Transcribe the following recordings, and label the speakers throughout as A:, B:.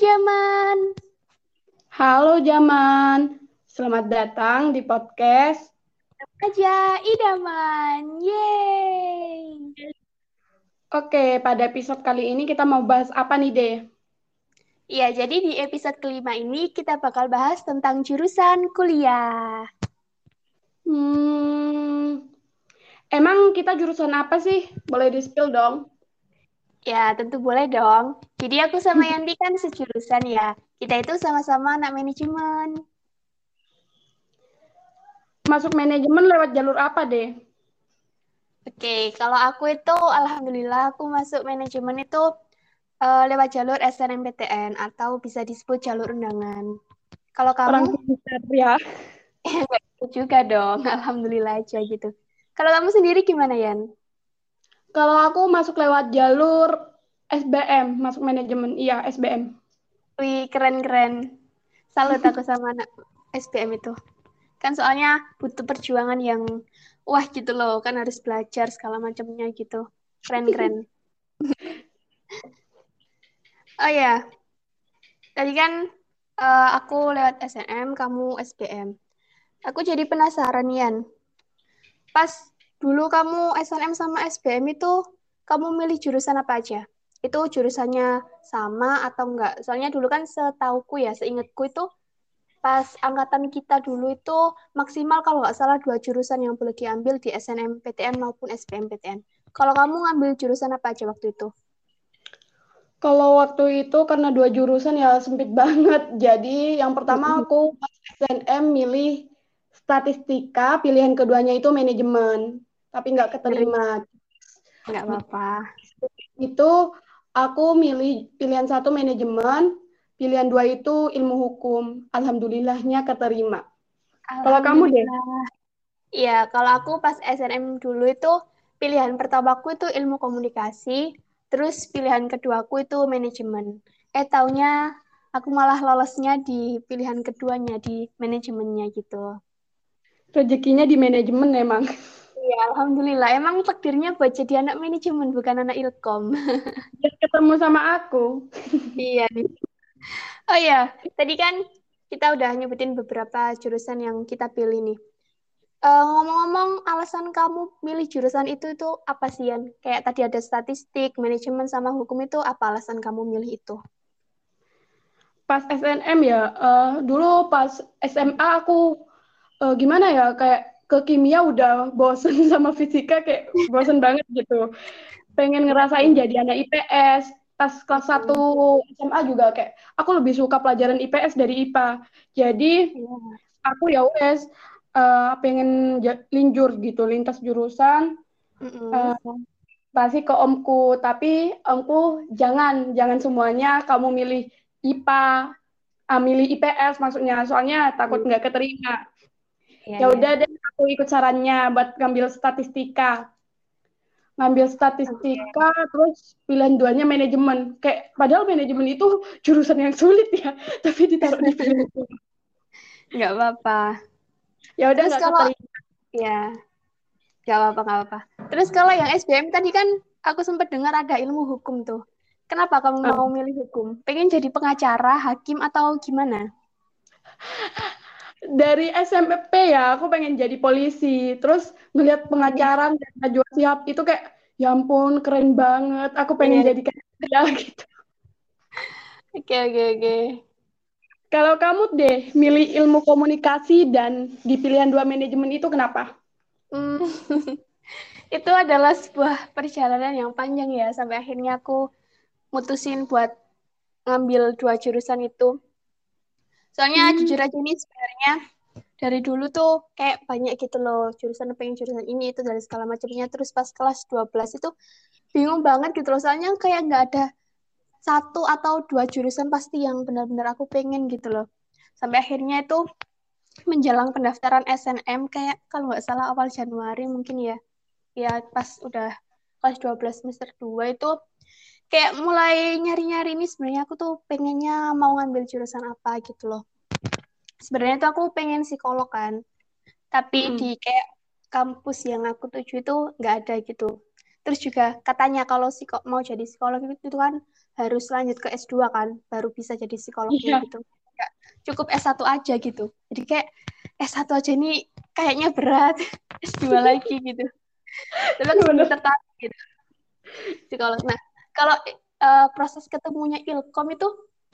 A: Jaman.
B: Halo Jaman, selamat datang di podcast.
A: Aja idaman. Yeay.
B: Oke, pada episode kali ini kita mau bahas apa nih, Deh?
A: Ya, jadi di episode kelima ini kita bakal bahas tentang jurusan kuliah.
B: Hmm, emang kita jurusan apa sih? Boleh di-spill dong?
A: Ya, tentu boleh dong. Jadi aku sama Yanti kan sejurusan ya. Kita itu sama-sama anak manajemen.
B: Masuk manajemen lewat jalur apa, Deh?
A: Oke, kalau aku itu alhamdulillah aku masuk manajemen itu lewat jalur SNMPTN atau bisa disebut jalur undangan. Kalau kamu?
B: Orang pintar ya.
A: Enggak gitu juga dong, alhamdulillah aja gitu. Kalau kamu sendiri gimana, Yan?
B: Kalau aku masuk lewat jalur SBM, masuk manajemen. Iya, SBM.
A: Wih, keren-keren. Salut aku sama anak SBM itu. Kan soalnya butuh perjuangan yang wah gitu loh, kan harus belajar segala macamnya gitu. Keren-keren. Oh ya, tadi kan aku lewat SNM, kamu SBM. Aku jadi penasaran, Yan. Pas dulu kamu SNM sama SBM itu, kamu milih jurusan apa aja? Itu jurusannya sama atau enggak? Soalnya dulu kan setauku ya, seingatku itu pas angkatan kita dulu itu maksimal kalau nggak salah dua jurusan yang boleh diambil di SNMPTN maupun SBMPTN. Kalau kamu ngambil jurusan apa aja waktu itu?
B: Kalau waktu itu karena dua jurusan ya sempit banget. Jadi yang pertama
A: Mm-mm.
B: aku pas SNM milih statistika, pilihan keduanya itu manajemen. Tapi nggak
A: Ngeri,
B: keterima.
A: nggak
B: Di
A: apa-apa.
B: itu aku milih pilihan satu manajemen, pilihan dua itu ilmu hukum. Alhamdulillahnya keterima. Kalau kamu deh,
A: Alhamdulillah. Iya, kalau aku pas SNM dulu itu pilihan pertamaku itu ilmu komunikasi, terus pilihan keduaku itu manajemen. Taunya aku malah lolosnya di pilihan keduanya di manajemennya gitu.
B: rezekinya di manajemen memang.
A: Iya, alhamdulillah. Emang takdirnya buat jadi anak manajemen bukan anak ilkom.
B: Biar ketemu sama aku.
A: Iya nih. Oh iya, tadi kan kita udah nyebutin beberapa jurusan yang kita pilih nih. Ngomong-ngomong, alasan kamu milih jurusan itu apa sih, Yan? Kayak tadi ada statistik, manajemen, sama hukum itu apa alasan kamu milih itu?
B: Pas SNM ya, dulu pas SMA aku gimana ya, kayak ke kimia udah bosen sama fisika, kayak bosen banget gitu. Pengen
A: Iya
B: ngerasain
A: sih.
B: jadi anak IPS. Pas kelas satu
A: Mm-mm.
B: SMA juga kayak aku lebih suka pelajaran IPS dari IPA. Jadi
A: Iya.
B: aku ya wes pengen linjur gitu, lintas jurusan.
A: Mm-mm.
B: eh, Pasti ke omku, tapi omku jangan semuanya kamu milih IPA, milih IPS maksudnya, soalnya takut
A: Mm.
B: nggak keterima.
A: Iya,
B: Ya
A: iya.
B: udah deh, aku ikut sarannya buat ngambil statistika. Ngambil
A: Oke.
B: statistika, terus pilihan duanya manajemen. Kayak padahal manajemen itu jurusan yang sulit ya, tapi ditaruh di pilihan dua.
A: Nggak apa-apa.
B: Ya udah
A: Terus
B: nggak
A: kalau,
B: keterima.
A: ya, nggak apa-apa, nggak apa. Terus kalau yang SBM tadi kan aku sempat dengar ada ilmu hukum tuh. Kenapa kamu
B: Eh,
A: mau milih hukum? Pengen jadi pengacara, hakim, atau gimana?
B: Dari SMP ya, aku pengen jadi polisi. Terus ngelihat
A: Wih,
B: pengacara ngeliat Najwa Shihab itu kayak, ya ampun keren banget. Aku pengen
A: iya.
B: jadi kayak dia gitu.
A: Oke, oke, oke.
B: Kalau kamu deh milih ilmu komunikasi dan di pilihan dua manajemen itu kenapa?
A: Hmm, itu adalah sebuah perjalanan yang panjang ya, sampai akhirnya aku mutusin buat ngambil dua jurusan itu. Soalnya
B: Hmm,
A: jujur aja nih sebenarnya dari dulu tuh kayak banyak gitu loh jurusan pengen jurusan ini itu dari segala macamnya. Terus pas kelas 12 itu bingung banget gitu loh. Soalnya kayak nggak ada satu atau dua jurusan pasti yang benar-benar aku pengen gitu loh. Sampai akhirnya itu menjelang pendaftaran SNM kayak kalau nggak salah awal Januari mungkin ya. Ya pas udah kelas 12 semester 2 itu kayak mulai nyari-nyari ini sebenarnya aku tuh pengennya mau ngambil jurusan apa gitu loh. Sebenarnya tuh aku pengen psikolog kan, tapi di
B: mm-mm.
A: kayak kampus yang aku tuju itu nggak ada gitu. Terus juga katanya kalau mau jadi psikolog itu kan harus lanjut ke S2 kan, baru bisa jadi psikolognya
B: Iya,
A: gitu. Nggak cukup S1 aja gitu. Jadi kayak S1 aja ini kayaknya berat, S2 lagi gitu. Tapi aku sebenarnya
B: bener.
A: tertarik gitu, psikolog. Nah, kalau proses ketemunya Ilkom itu,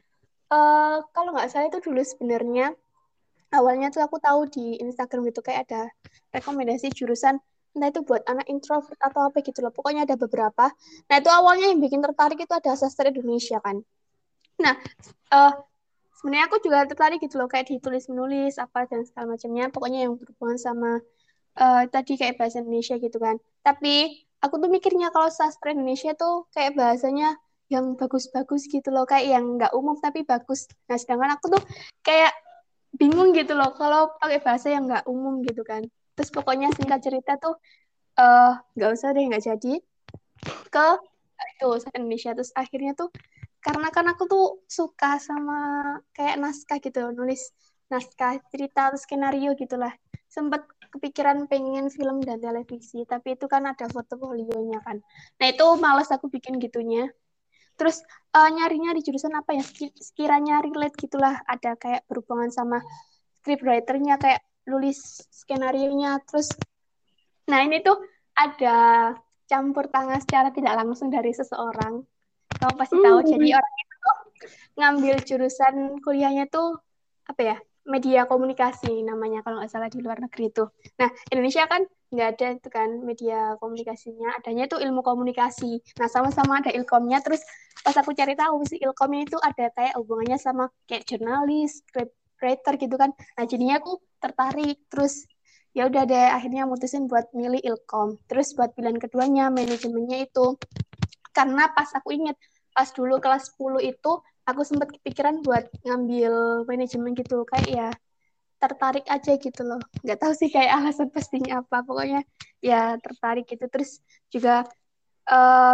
A: kalau nggak salah itu dulu sebenarnya, awalnya tuh aku tahu di Instagram gitu kayak ada rekomendasi jurusan entah itu buat anak introvert atau apa gitu loh. Pokoknya ada beberapa. Nah, itu awalnya yang bikin tertarik itu ada sastra Indonesia kan. Nah, eh sebenarnya aku juga tertarik gitu loh kayak ditulis menulis apa dan segala macamnya. Pokoknya yang berhubungan sama tadi kayak bahasa Indonesia gitu kan. Tapi aku tuh mikirnya kalau sastra Indonesia tuh kayak bahasanya yang bagus-bagus gitu loh, kayak yang nggak umum tapi bagus. Nah, sedangkan aku tuh kayak bingung gitu loh kalau pakai bahasa yang nggak umum gitu kan. Terus pokoknya singkat cerita tuh nggak usah deh, nggak jadi ke itu sastra Indonesia. Terus akhirnya tuh karena kan aku tuh suka sama kayak naskah gitu, nulis naskah cerita atau skenario gitulah. Sempet kepikiran pengen film dan televisi, tapi itu kan ada portofolionya kan. Nah itu males aku bikin gitunya. Terus nyari-nyari jurusan apa ya sekiranya relate gitulah, ada kayak berhubungan sama scriptwriter-nya, kayak nulis skenario-nya. Terus nah ini tuh ada campur tangan secara tidak langsung dari seseorang. Kamu pasti tahu. Jadi
B: Uh,
A: orang itu tuh ngambil jurusan kuliahnya tuh apa ya? Media komunikasi namanya kalau nggak salah di luar negeri itu. Nah, Indonesia kan nggak ada itu kan media komunikasinya, adanya itu ilmu komunikasi. Nah, sama-sama ada ilkomnya. Terus pas aku cari tahu si ilkomnya itu ada kayak hubungannya sama kayak jurnalis, writer gitu kan. Nah, jadinya aku tertarik. Terus ya udah deh akhirnya mutusin buat milih ilkom. Terus buat pilihan keduanya manajemennya itu karena pas aku inget pas dulu kelas 10 itu aku sempat kepikiran buat ngambil manajemen gitu kayak ya tertarik aja gitu loh, nggak tahu sih kayak alasan pastinya apa, pokoknya ya tertarik gitu. Terus juga eh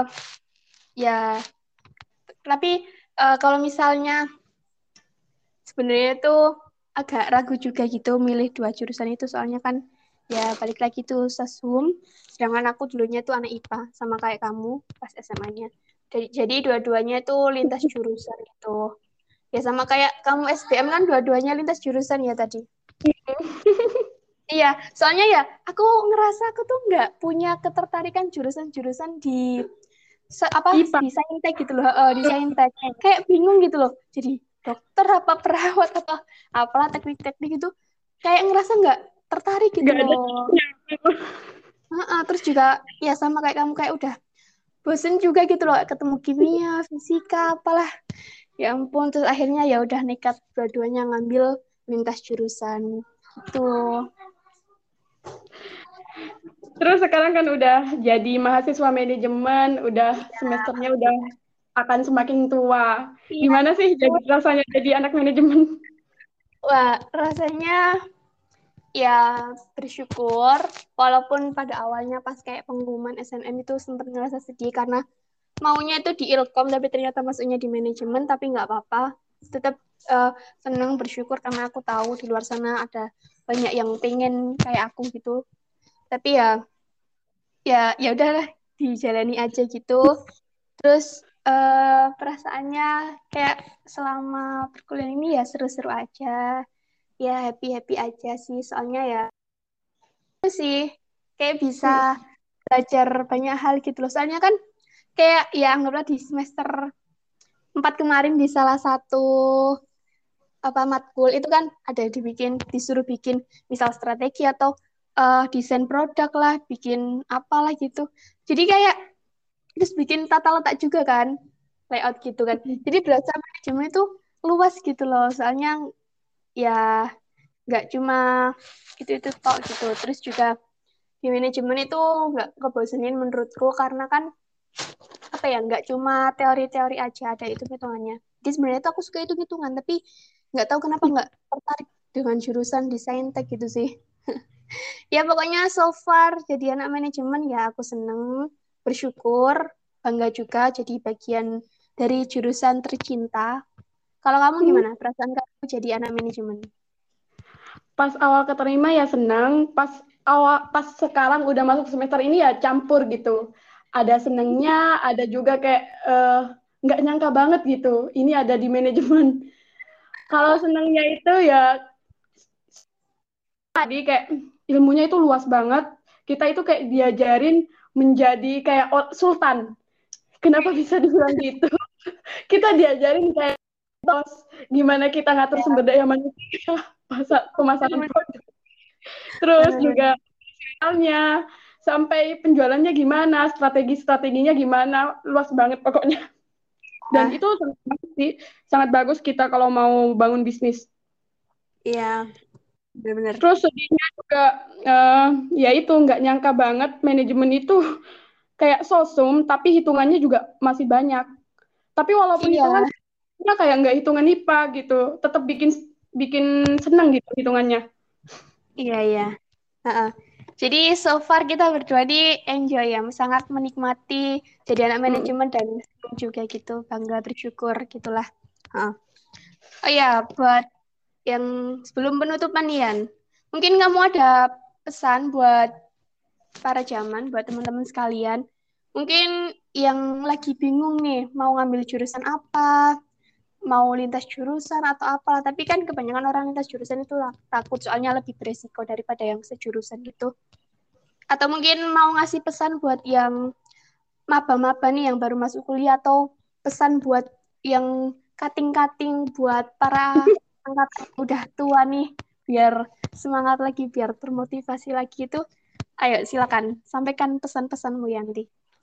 A: ya tapi kalau misalnya sebenarnya tuh agak ragu juga gitu milih dua jurusan itu, soalnya kan ya balik lagi tuh sesum, sedangkan aku dulunya tuh anak IPA sama kayak kamu pas SMA-nya. Jadi dua-duanya tuh lintas jurusan gitu. Ya sama kayak kamu SBM kan dua-duanya lintas jurusan ya tadi. Iya, soalnya ya aku ngerasa aku tuh nggak punya ketertarikan jurusan-jurusan di apa
B: IPA.
A: di saintek gitu loh, di saintek kayak bingung gitu loh. Jadi dokter apa perawat apa apalah teknik-teknik itu kayak ngerasa nggak tertarik gitu
B: Nggak ada.
A: loh. Terus juga ya sama kayak kamu kayak udah bosen juga gitu loh ketemu kimia, fisika, apalah. Ya ampun, terus akhirnya ya udah nekat dua-duanya ngambil lintas jurusan itu.
B: Terus sekarang kan udah jadi mahasiswa manajemen, udah semesternya udah akan semakin tua.
A: Iya.
B: Gimana sih jadi rasanya jadi anak manajemen?
A: Wah, rasanya ya bersyukur, walaupun pada awalnya pas kayak pengumuman SNM itu sempat ngerasa sedih karena maunya itu di Ilkom tapi ternyata masuknya di manajemen, tapi nggak apa-apa. Tetap senang bersyukur karena aku tahu di luar sana ada banyak yang pengen kayak aku gitu. Tapi ya ya udahlah dijalani aja gitu. Terus perasaannya kayak selama perkuliahan ini ya seru-seru aja, ya happy-happy aja sih. Soalnya ya itu sih kayak bisa belajar banyak hal gitu loh. Soalnya kan kayak ya anggaplah di semester 4 kemarin di salah satu apa matkul itu kan ada disuruh bikin misal strategi atau desain produk lah, bikin apalah gitu. Jadi kayak terus bikin tata letak juga kan, layout gitu kan. Jadi belajar manajemen itu luas gitu loh. Soalnya ya nggak cuma itu tok gitu. Terus juga di manajemen itu nggak ngebosenin menurutku karena kan apa ya nggak cuma teori-teori aja, ada itu hitungannya. Jadi sebenarnya tuh aku suka itu hitungan tapi nggak tahu kenapa nggak tertarik dengan jurusan desain tech gitu sih. Ya pokoknya so far jadi anak manajemen ya aku seneng, bersyukur, bangga juga jadi bagian dari jurusan tercinta. Kalau kamu gimana perasaan kamu jadi anak manajemen?
B: Pas awal keterima ya senang, pas sekarang udah masuk semester ini ya campur gitu. Ada senengnya, ada juga kayak nggak nyangka banget gitu ini ada di manajemen. Kalau senangnya itu ya tadi kayak ilmunya itu luas banget. Kita itu kayak diajarin menjadi kayak sultan. Kenapa bisa dibilang gitu? Kita diajarin kayak bos, gimana kita ngatur
A: Ya,
B: sumber daya manusia, pemasaran
A: bener-bener.
B: produk, terus
A: Bener-bener.
B: juga misalnya sampai penjualannya gimana, strategi-strateginya gimana, luas banget pokoknya. Dan
A: Ah,
B: itu sangat bagus sih, sangat bagus kita kalau mau bangun bisnis.
A: iya, bener-bener.
B: Terus sedihnya juga eh, ya itu nggak nyangka banget manajemen itu kayak sosum, tapi hitungannya juga masih banyak. Tapi walaupun hitungan
A: Iya,
B: kayak nggak hitungan IPA gitu, tetap bikin bikin seneng gitu hitungannya.
A: iya, iya. Heeh. Jadi so far kita berdua di enjoy ya, sangat menikmati jadi anak
B: Mm.
A: manajemen dan juga gitu, bangga bersyukur gitulah. Heeh. Oh ya, buat yang sebelum penutupan nih Yan, mungkin kamu ada pesan buat para jaman, buat teman-teman sekalian, mungkin yang lagi bingung nih mau ngambil jurusan apa, mau lintas jurusan atau apalah, tapi kan kebanyakan orang lintas jurusan itu takut soalnya lebih beresiko daripada yang sejurusan gitu. Atau mungkin mau ngasih pesan buat yang maba-maba nih yang baru masuk kuliah atau pesan buat yang kating-kating buat para angkatan udah tua nih biar semangat lagi, biar termotivasi lagi itu. Ayo silakan sampaikan pesan-pesanmu Yanti.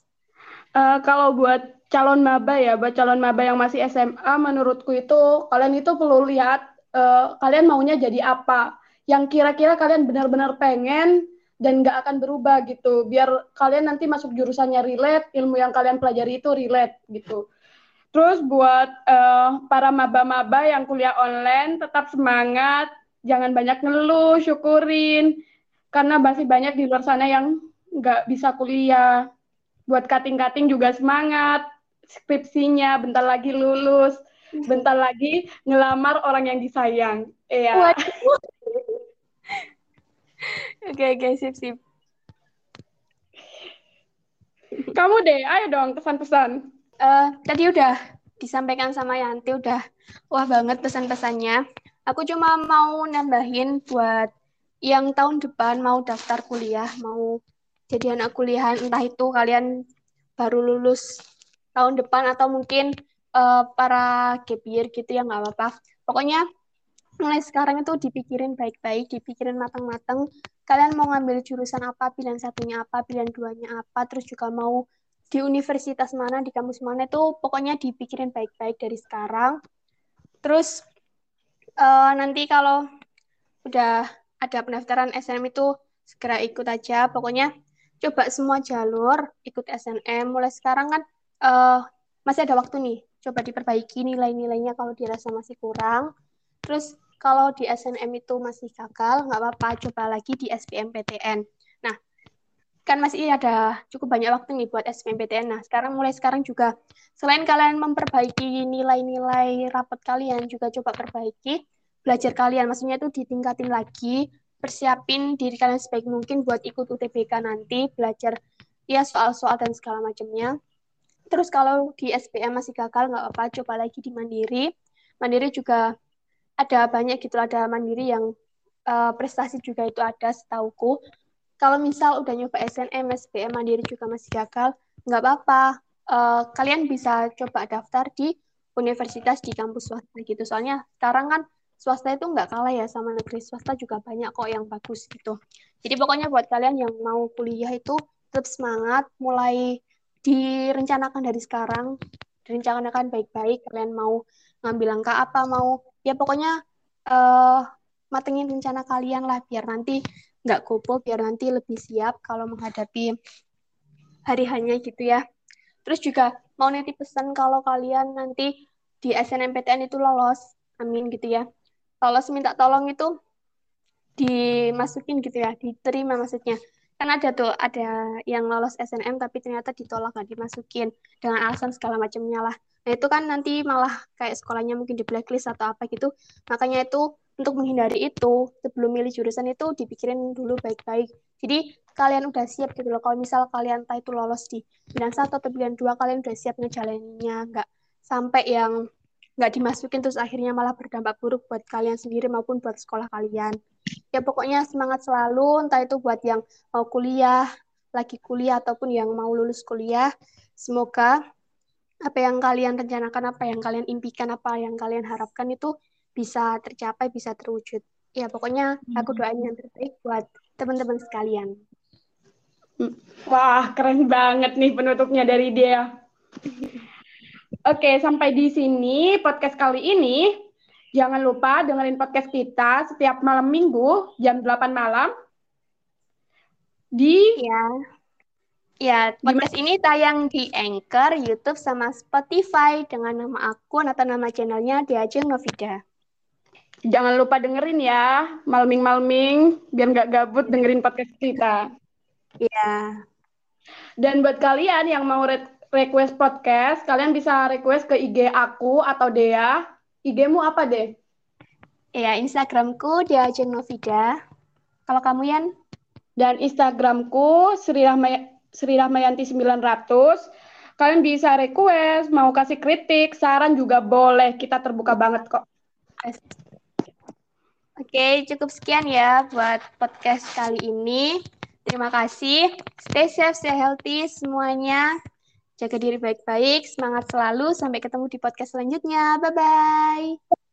B: Kalau buat calon maba ya, buat calon maba yang masih SMA, menurutku itu kalian itu perlu lihat kalian maunya jadi apa, yang kira-kira kalian benar-benar pengen dan nggak akan berubah gitu, biar kalian nanti masuk jurusannya relate, ilmu yang kalian pelajari itu relate gitu. Terus buat para maba-maba yang kuliah online, tetap semangat, jangan banyak ngeluh, syukurin, karena masih banyak di luar sana yang nggak bisa kuliah. Buat kating-kating juga semangat, skripsinya bentar lagi lulus, bentar lagi ngelamar orang yang disayang. Iya.
A: Waduh. Oke, oke, sip, sip.
B: Kamu deh, ayo dong pesan-pesan.
A: Tadi udah disampaikan sama Yanti, udah wah banget pesan-pesannya. Aku cuma mau nambahin buat yang tahun depan mau daftar kuliah, mau jadi anak kuliahan, entah itu kalian baru lulus tahun depan atau mungkin para gap year gitu ya nggak apa-apa. Pokoknya mulai sekarang itu dipikirin baik-baik, dipikirin matang-matang. Kalian mau ngambil jurusan apa, pilihan satunya apa, pilihan duanya apa, terus juga mau di universitas mana, di kampus mana itu pokoknya dipikirin baik-baik dari sekarang. Terus nanti kalau udah ada pendaftaran SNM itu segera ikut aja. Pokoknya coba semua jalur, ikut SNM. Mulai sekarang kan eh, masih ada waktu nih. Coba diperbaiki nilai-nilainya kalau dirasa masih kurang. Terus kalau di SNM itu masih gagal, nggak apa-apa, coba lagi di SBMPTN. Nah, kan masih ada cukup banyak waktu nih buat SBMPTN. Nah, mulai sekarang juga, selain kalian memperbaiki nilai-nilai rapot kalian, juga coba perbaiki belajar kalian. Maksudnya itu ditingkatin lagi, persiapin diri kalian sebaik mungkin buat ikut UTBK nanti, belajar ya soal-soal dan segala macamnya. Terus kalau di SBM masih gagal, nggak apa-apa, coba lagi di Mandiri. Mandiri juga ada banyak gitu, ada Mandiri yang prestasi juga itu ada setauku. Kalau misal udah nyoba SNM, SBM, Mandiri juga masih gagal, nggak apa-apa. Kalian bisa coba daftar di universitas di kampus swasta gitu. Soalnya sekarang kan swasta itu nggak kalah ya sama negeri. Swasta juga banyak kok yang bagus gitu. Jadi pokoknya buat kalian yang mau kuliah itu tetap semangat, mulai direncanakan dari sekarang, direncanakan baik-baik. Kalian mau ngambil langkah apa, mau ya pokoknya eh matengin rencana kalian lah biar nanti nggak gopo, biar nanti lebih siap kalau menghadapi hari hanya gitu ya. Terus juga mau nitip pesan kalau kalian nanti di SNMPTN itu lolos, amin gitu ya. Lolos minta tolong itu dimasukin gitu ya, diterima maksudnya. Kan ada tuh, ada yang lolos SNM tapi ternyata ditolak nggak dimasukin dengan alasan segala macamnya lah. Nah itu kan nanti malah kayak sekolahnya mungkin di blacklist atau apa gitu. Makanya itu untuk menghindari itu, sebelum milih jurusan itu dipikirin dulu baik-baik. Jadi kalian udah siap gitu loh. Kalau misal kalian entah itu lolos di pilihan satu atau pilihan dua, kalian udah siap ngejalaninnya, nggak sampai yang nggak dimasukin terus akhirnya malah berdampak buruk buat kalian sendiri maupun buat sekolah kalian. Ya pokoknya semangat selalu, entah itu buat yang mau kuliah, lagi kuliah ataupun yang mau lulus kuliah. Semoga apa yang kalian rencanakan, apa yang kalian impikan, apa yang kalian harapkan itu bisa tercapai, bisa terwujud. Ya pokoknya aku doain yang terbaik buat teman-teman sekalian.
B: Wah, keren banget nih penutupnya dari dia. Oke, sampai di sini podcast kali ini. Jangan lupa dengerin podcast kita setiap malam minggu jam 8 malam di
A: Ya, ya,
B: gimana?
A: podcast ini tayang di Anchor, YouTube, sama Spotify dengan nama akun atau nama channelnya Diajeng Novida.
B: Jangan lupa dengerin ya, malming-malming biar nggak gabut dengerin podcast kita.
A: Ya,
B: Dan buat kalian yang mau request podcast, kalian bisa request ke IG aku atau Dea. IG-mu apa deh?
A: ya Instagramku Diajeng Novida. Kalau kamu Yan?
B: Dan Instagramku Sri Rahmayanti 900. Kalian bisa request, mau kasih kritik, saran juga boleh. Kita terbuka banget kok.
A: Oke, cukup sekian ya buat podcast kali ini. Terima kasih. Stay safe, stay healthy semuanya. Jaga diri baik-baik. Semangat selalu. Sampai ketemu di podcast selanjutnya. Bye-bye.